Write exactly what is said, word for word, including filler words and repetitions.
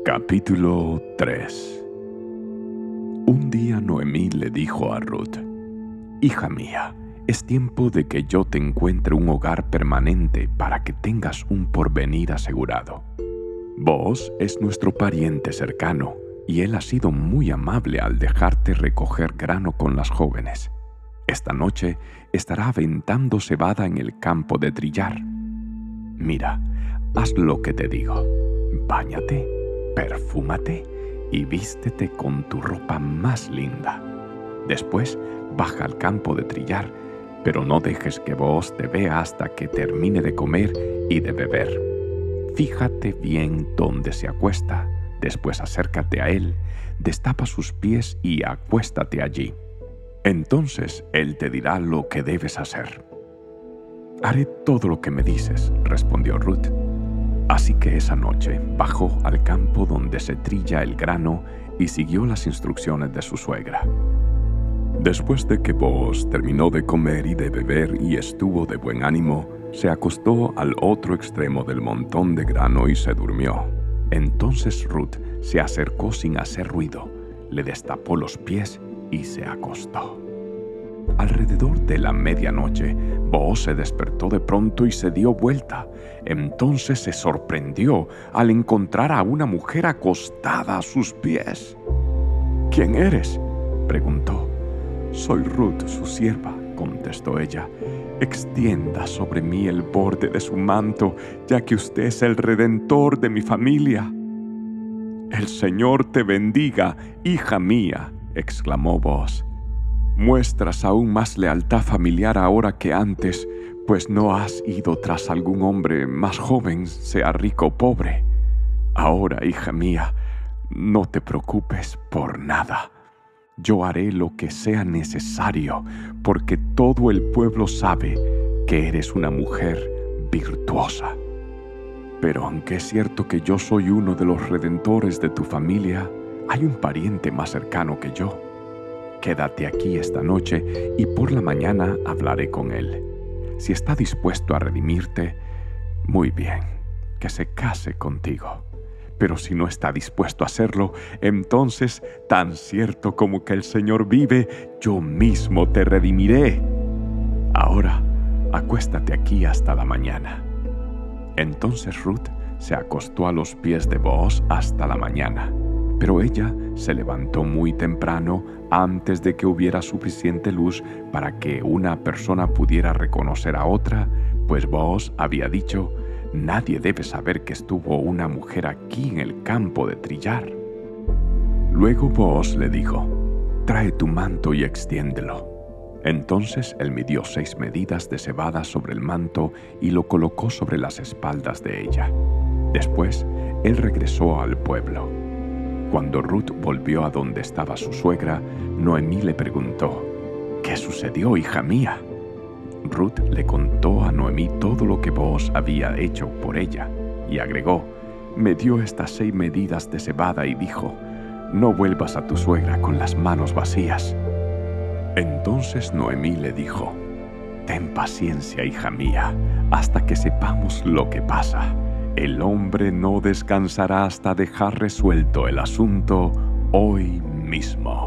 Capítulo tres. Un día Noemí le dijo a Ruth: «Hija mía, es tiempo de que yo te encuentre un hogar permanente para que tengas un porvenir asegurado. Vos es nuestro pariente cercano, y él ha sido muy amable al dejarte recoger grano con las jóvenes. Esta noche estará aventando cebada en el campo de trillar. Mira, haz lo que te digo. Báñate, perfúmate y vístete con tu ropa más linda. Después baja al campo de trillar, pero no dejes que vos te vea hasta que termine de comer y de beber. Fíjate bien dónde se acuesta, después acércate a él, destapa sus pies y acuéstate allí. Entonces él te dirá lo que debes hacer». «Haré todo lo que me dices», respondió Ruth. Así que esa noche bajó al campo donde se trilla el grano y siguió las instrucciones de su suegra. Después de que Booz terminó de comer y de beber y estuvo de buen ánimo, se acostó al otro extremo del montón de grano y se durmió. Entonces Ruth se acercó sin hacer ruido, le destapó los pies y se acostó. Alrededor de la medianoche, Booz se despertó de pronto y se dio vuelta. Entonces se sorprendió al encontrar a una mujer acostada a sus pies. «¿Quién eres?», preguntó. «Soy Ruth, su sierva», contestó ella. «Extienda sobre mí el borde de su manto, ya que usted es el redentor de mi familia». «El Señor te bendiga, hija mía», exclamó Booz. «Muestras aún más lealtad familiar ahora que antes, pues no has ido tras algún hombre más joven, sea rico o pobre. Ahora, hija mía, no te preocupes por nada. Yo haré lo que sea necesario, porque todo el pueblo sabe que eres una mujer virtuosa. Pero aunque es cierto que yo soy uno de los redentores de tu familia, hay un pariente más cercano que yo. Quédate aquí esta noche y por la mañana hablaré con él. Si está dispuesto a redimirte, muy bien, que se case contigo. Pero si no está dispuesto a hacerlo, entonces, tan cierto como que el Señor vive, yo mismo te redimiré. Ahora, acuéstate aquí hasta la mañana». Entonces Ruth se acostó a los pies de Booz hasta la mañana. Pero ella se levantó muy temprano antes de que hubiera suficiente luz para que una persona pudiera reconocer a otra, pues Booz había dicho: «Nadie debe saber que estuvo una mujer aquí en el campo de trillar». Luego Booz le dijo: «Trae tu manto y extiéndelo». Entonces él midió seis medidas de cebada sobre el manto y lo colocó sobre las espaldas de ella. Después él regresó al pueblo. Cuando Ruth volvió a donde estaba su suegra, Noemí le preguntó: «¿Qué sucedió, hija mía?». Ruth le contó a Noemí todo lo que Booz había hecho por ella y agregó: «Me dio estas seis medidas de cebada y dijo: no vuelvas a tu suegra con las manos vacías». Entonces Noemí le dijo: «Ten paciencia, hija mía, hasta que sepamos lo que pasa. El hombre no descansará hasta dejar resuelto el asunto hoy mismo».